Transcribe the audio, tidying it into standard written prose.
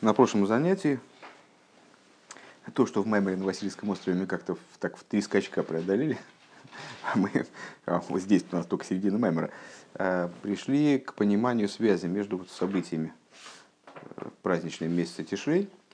На прошлом занятии то, что в Майморе на Васильевском острове мы как-то так в 3 скачка преодолели, вот здесь у нас только середина Маймора, пришли к пониманию связи между событиями праздничного месяца Тишрей